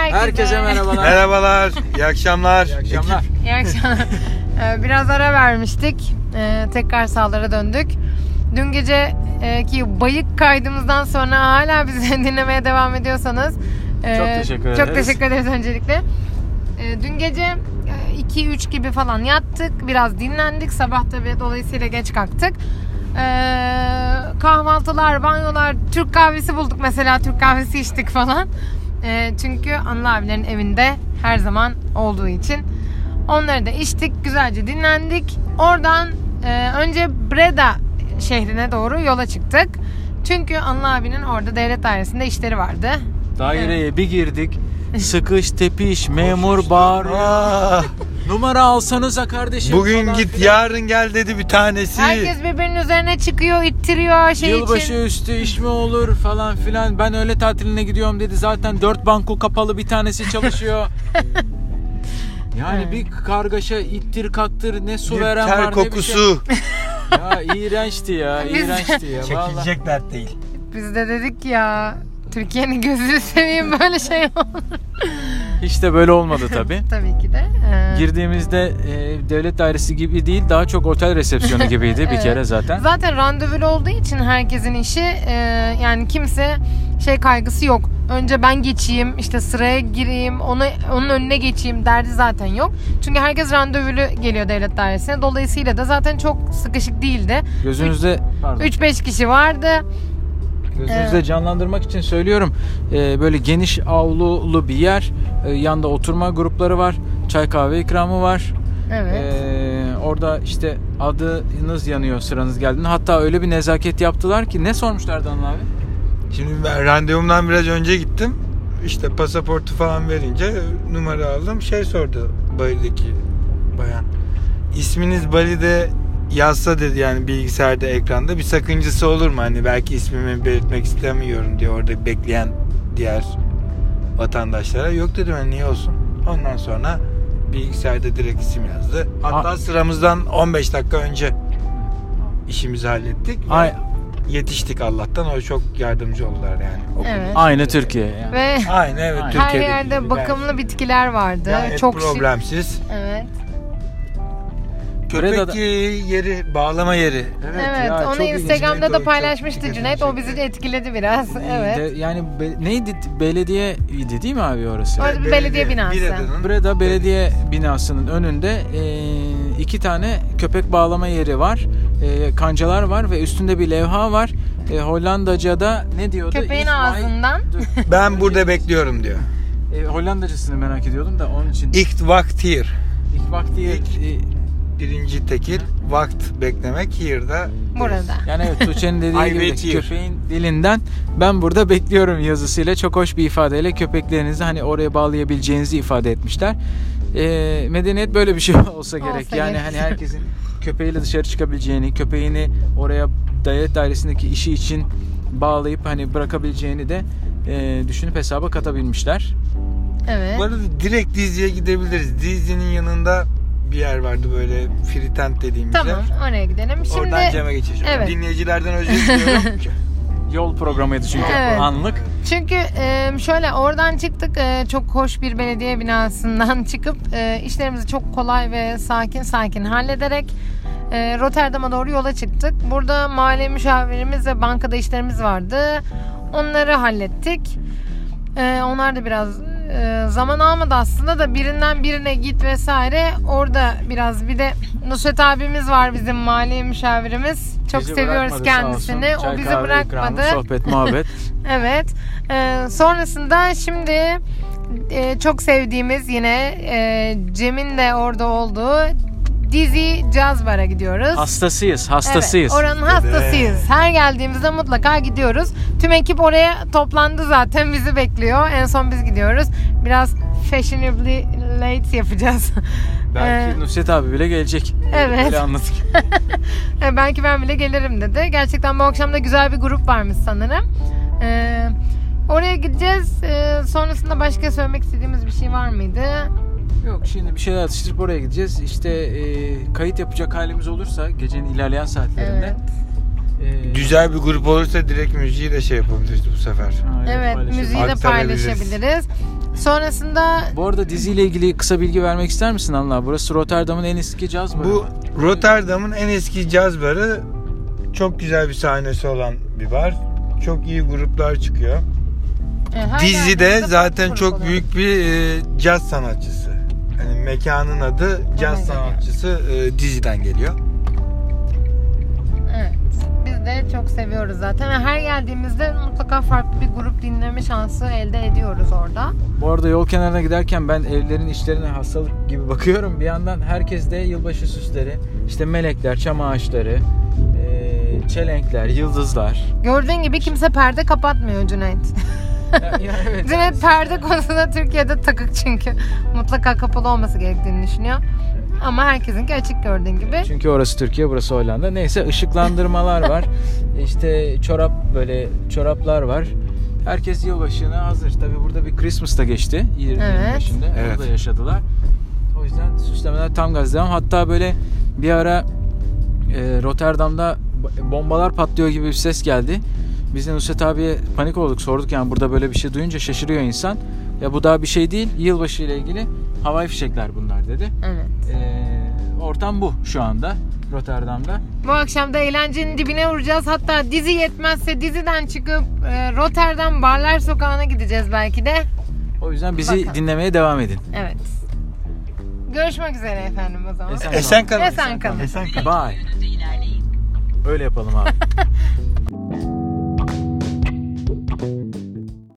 Herkese merhabalar. Merhabalar, iyi akşamlar. İyi akşamlar. İyi akşamlar. Biraz ara vermiştik. Tekrar sahalara döndük. Dün gece ki bayık kaydımızdan sonra hala bizi dinlemeye devam ediyorsanız Çok teşekkür ederiz. Çok teşekkür ederiz öncelikle. Dün gece 2-3 gibi falan yattık. Biraz dinlendik. Sabah tabii dolayısıyla geç kalktık. Kahvaltılar, banyolar, Türk kahvesi bulduk mesela. Türk kahvesi içtik falan. Çünkü Anıl abilerin evinde her zaman olduğu için. Onları da içtik. Güzelce dinlendik. Oradan önce Breda şehrine doğru yola çıktık. Çünkü Anıl abinin orada devlet dairesinde işleri vardı. Daireye bir girdik. Sıkış tepiş, memur bağırıyor. Numara alsanıza kardeşim. Bugün falan git filan. yarın gel dedi bir tanesi. Herkes birbirinin üzerine çıkıyor, ittiriyor Yılbaşı için. üstü iş mi olur falan filan. Ben öğle tatiline gidiyorum dedi. Zaten 4 banko kapalı, bir tanesi çalışıyor. Yani Evet. bir kargaşa, ittir kaktır, ne su Bir veren ter var ne bir şey. kokusu. Ya iğrençti ya, iğrençti ya. Vallahi. Çekilecek dert değil. Biz de dedik ya, Türkiye'nin gözünü seveyim, böyle şey olur. Hiç de böyle olmadı tabii. Tabii ki de. Girdiğimizde devlet dairesi gibi değil, daha çok otel resepsiyonu gibiydi bir Evet. kere zaten. Zaten randevulu olduğu için herkesin işi, yani kimse şey kaygısı yok. Önce ben geçeyim, işte sıraya gireyim, onun önüne geçeyim derdi zaten yok. Çünkü herkes randevulu geliyor devlet dairesine. Dolayısıyla da zaten çok sıkışık değildi. Gözünüzde 3-5 kişi vardı. Gözünüzde canlandırmak için söylüyorum. Böyle geniş avlulu bir yer. Yanda oturma grupları var. Çay kahve ikramı var. Evet. Orada işte adınız yanıyor sıranız geldiğinde. Hatta öyle bir nezaket yaptılar ki, ne sormuşlardı Anıl abi? Şimdi ben randevumdan biraz önce gittim. İşte pasaportu falan verince numara aldım. Şey sordu Bali'deki bayan. İsminiz Bali'de yazsa dedi, yani bilgisayarda, ekranda bir sakıncası olur mu? Hani belki ismimi belirtmek istemiyorum diye orada bekleyen diğer vatandaşlara. Yok dedim, hani niye olsun? Ondan sonra bilgisayarda direkt isim yazdı. Hatta sıramızdan 15 dakika önce işimizi hallettik. Ay, Yetiştik Allah'tan. O çok yardımcı oldular yani. Evet. aynı Türkiye yani. Ve Aynen, evet. Aynen. her Türkiye'deki yerde gibi. bakımlı bitkiler vardı. Gayet Çok şık. problemsiz. Evet. Köpek Breda'da- yeri, bağlama yeri. Evet, ya, onu çok ilginç. Instagram'da da Çok paylaşmıştı dikkatimi Cüneyt. O çekti. bizi de etkiledi biraz. Evet. Yani neydi, belediyeydi değil mi abi orası? Orada bir belediye binası. Breda'nın Breda Belediye binasının önünde 2 tane köpek bağlama yeri var. Kancalar var ve üstünde bir levha var. Hollandaca'da ne diyordu? Köpeğin İsmail- ağzından. Dur. Ben burada bekliyorum diyor. Hollandacasını merak ediyordum da onun için. İlk vaktir. İlk vakti Birinci tekil. Vakt beklemek. Here'da. Burada. yani evet, Tuğçe'nin I dediği gibi wait here. köpeğin dilinden ben burada bekliyorum yazısıyla çok hoş bir ifadeyle köpeklerinizi hani oraya bağlayabileceğinizi ifade etmişler. Medeniyet böyle bir şey olsa gerek. Yani gerek. hani herkesin köpeğiyle dışarı çıkabileceğini, köpeğini oraya devlet dairesindeki işi için bağlayıp hani bırakabileceğini de düşünüp hesaba katabilmişler. Evet. Bu arada direkt Dizli'ye gidebiliriz. Dizli'nin yanında bir yer vardı, böyle Fritent dediğimiz Tamam, yer. oraya gidelim. Şimdi Oradan Cem'e geçeceğim. Evet. Dinleyicilerden özür diliyorum. Yol programıydı çünkü Evet. anlık. çünkü şöyle oradan çıktık, çok hoş bir belediye binasından çıkıp işlerimizi çok kolay ve sakin hallederek Rotterdam'a doğru yola çıktık. Burada mali müşavirimiz ve bankada işlerimiz vardı. Onları hallettik. Onlar da biraz zaman almadı aslında da, birinden birine git vesaire. Orada biraz, bir de Nusret abimiz var, bizim mali müşavirimiz. Çok Bizi seviyoruz bırakmadı kendisini. sağ olsun. O Çay, bizi kahve bırakmadı. ikramı, sohbet, muhabbet. Evet. Sonrasında şimdi çok sevdiğimiz, yine Cem'in de orada olduğu Dizzy Jazz Bar'a gidiyoruz. Hastasıyız. Evet, oranın hastasıyız. Her geldiğimizde mutlaka gidiyoruz. Tüm ekip oraya toplandı zaten, bizi bekliyor. En son biz gidiyoruz. Biraz fashionably late yapacağız. Belki Nusret abi bile gelecek. Evet. Öyle anladık. Belki ben bile gelirim dedi. Gerçekten bu akşam da güzel bir grup varmış sanırım. Oraya gideceğiz. Sonrasında başka söylemek istediğimiz bir şey var mıydı? Yok, şimdi bir şeyler atıştırıp oraya gideceğiz. İşte kayıt yapacak halimiz olursa gecenin ilerleyen saatlerinde güzel bir grup olursa direkt müziği de şey yapabiliriz bu sefer. Evet, paylaşabiliriz. müziği de Aktarabiliriz. paylaşabiliriz. Sonrasında Bu arada diziyle ilgili kısa bilgi vermek ister misin Anla? Burası Rotterdam'ın en eski caz barı. Bu Rotterdam'ın en eski caz barı. Çok güzel bir sahnesi olan bir bar. Çok iyi gruplar çıkıyor. her Dizide geldiğimizde zaten grup çok oluyor. büyük bir caz sanatçısı. Yani mekanın adı caz Oradan sanatçısı diziden geliyor. Evet. Biz de çok seviyoruz zaten. Ve her geldiğimizde mutlaka farklı bir grup dinleme şansı elde ediyoruz orada. Bu arada yol kenarına giderken ben evlerin içlerine hastalık gibi bakıyorum. Bir yandan herkes de yılbaşı süsleri, işte melekler, çam ağaçları, çelenkler, yıldızlar. Gördüğün gibi kimse perde kapatmıyor Cüneyt. Evet. Cüneyt perde konusunda Türkiye'de takık çünkü. Mutlaka kapalı olması gerektiğini düşünüyor. Ama herkesinki açık gördüğün gibi. Çünkü orası Türkiye, burası Hollanda. Neyse, ışıklandırmalar var. İşte çoraplar var. Herkes yılbaşına hazır. Tabii burada bir Christmas da geçti. 20 Evet. başında. Evet. Orada yaşadılar. O yüzden süslemeler tam gaz devam. Hatta böyle bir ara Rotterdam'da bombalar patlıyor gibi bir ses geldi. Biz de Nusret abiye panik olduk. Sorduk yani, burada böyle bir şey duyunca şaşırıyor insan. Ya bu daha bir şey değil. Yılbaşı ile ilgili havai fişekler bunlar dedi. Evet. Ortam bu şu anda Rotterdam'da. Bu akşam da eğlencenin dibine vuracağız. Hatta dizi yetmezse diziden çıkıp Rotterdam Barlar Sokağı'na gideceğiz belki de. O yüzden bizi Bakalım. dinlemeye devam edin. Evet. Görüşmek üzere efendim o zaman. Esen kalın. Esen kalın. Esen kalın. Bye. Öyle yapalım abi.